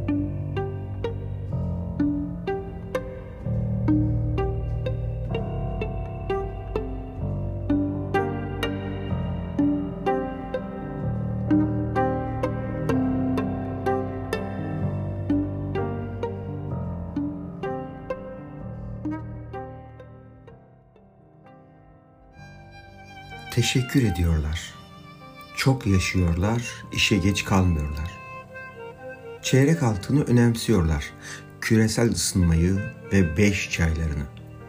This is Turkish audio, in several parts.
Teşekkür ediyorlar. Çok yaşıyorlar, işe geç kalmıyorlar. Çeyrek altını önemsiyorlar. Küresel ısınmayı ve 5 çaylarını.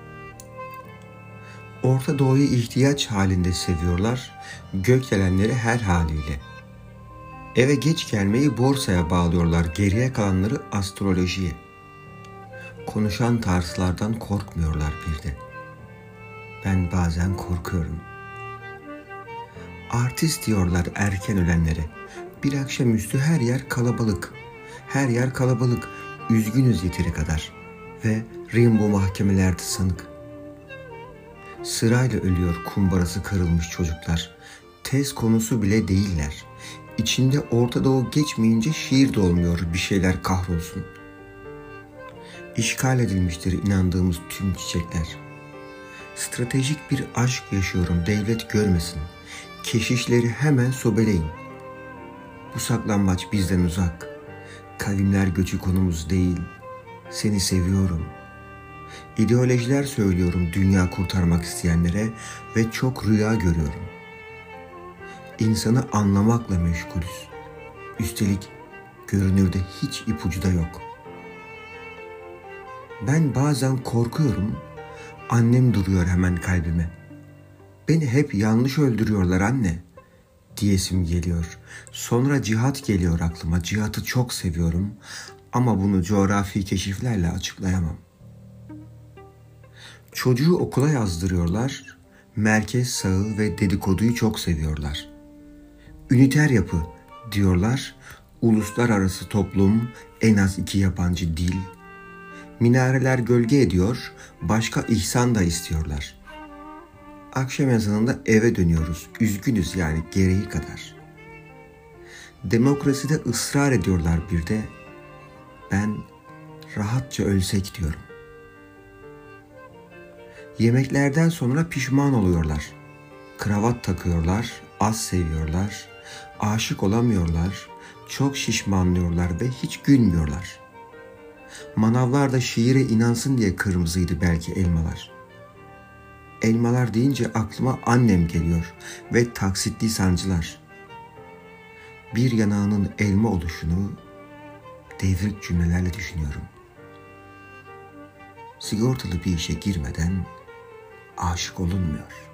Orta Doğu'yu ihtiyaç halinde seviyorlar, gökdelenleri her haliyle. Eve geç gelmeyi borsaya bağlıyorlar, geriye kalanları astrolojiye. Konuşan tarzlardan korkmuyorlar bir de. Ben bazen korkuyorum. Artist diyorlar erken ölenlere. Bir akşamüstü her yer kalabalık. Her yer kalabalık. Üzgünüz yeteri kadar. Ve Rimbo mahkemelerde sanık. Sırayla ölüyor kumbarası kırılmış çocuklar. Tez konusu bile değiller. İçinde Orta Doğu geçmeyince şiir de olmuyor, bir şeyler kahrolsun. İşgal edilmiştir inandığımız tüm çiçekler. Stratejik bir aşk yaşıyorum, devlet görmesin. Keşişleri hemen sobeleyin. Bu saklambaç bizden uzak. Kavimler göçü konumuz değil. Seni seviyorum. İdeolojiler söylüyorum dünya kurtarmak isteyenlere ve çok rüya görüyorum. İnsanı anlamakla meşgulüz. Üstelik görünürde hiç ipucu da yok. Ben bazen korkuyorum. Annem duruyor hemen kalbime. Beni hep yanlış öldürüyorlar anne diyesim geliyor. Sonra cihat geliyor aklıma. Cihatı çok seviyorum ama bunu coğrafi keşiflerle açıklayamam. Çocuğu okula yazdırıyorlar. Merkez sağı ve dedikoduyu çok seviyorlar. Üniter yapı diyorlar. Uluslararası toplum, en az 2 yabancı dil. Minareler gölge ediyor. Başka ihsan da istiyorlar. Akşam ezanında eve dönüyoruz. Üzgünüz yani gereği kadar. Demokraside ısrar ediyorlar bir de. Ben rahatça ölsek diyorum. Yemeklerden sonra pişman oluyorlar. Kravat takıyorlar, az seviyorlar, aşık olamıyorlar, çok şişmanlıyorlar ve hiç gülmüyorlar. Manavlar da şiire inansın diye kırmızıydı belki elmalar. Elmalar deyince aklıma annem geliyor ve taksitli sancılar. Bir yanağının elma oluşunu devrik cümlelerle düşünüyorum. Sigortalı bir işe girmeden aşık olunmuyor.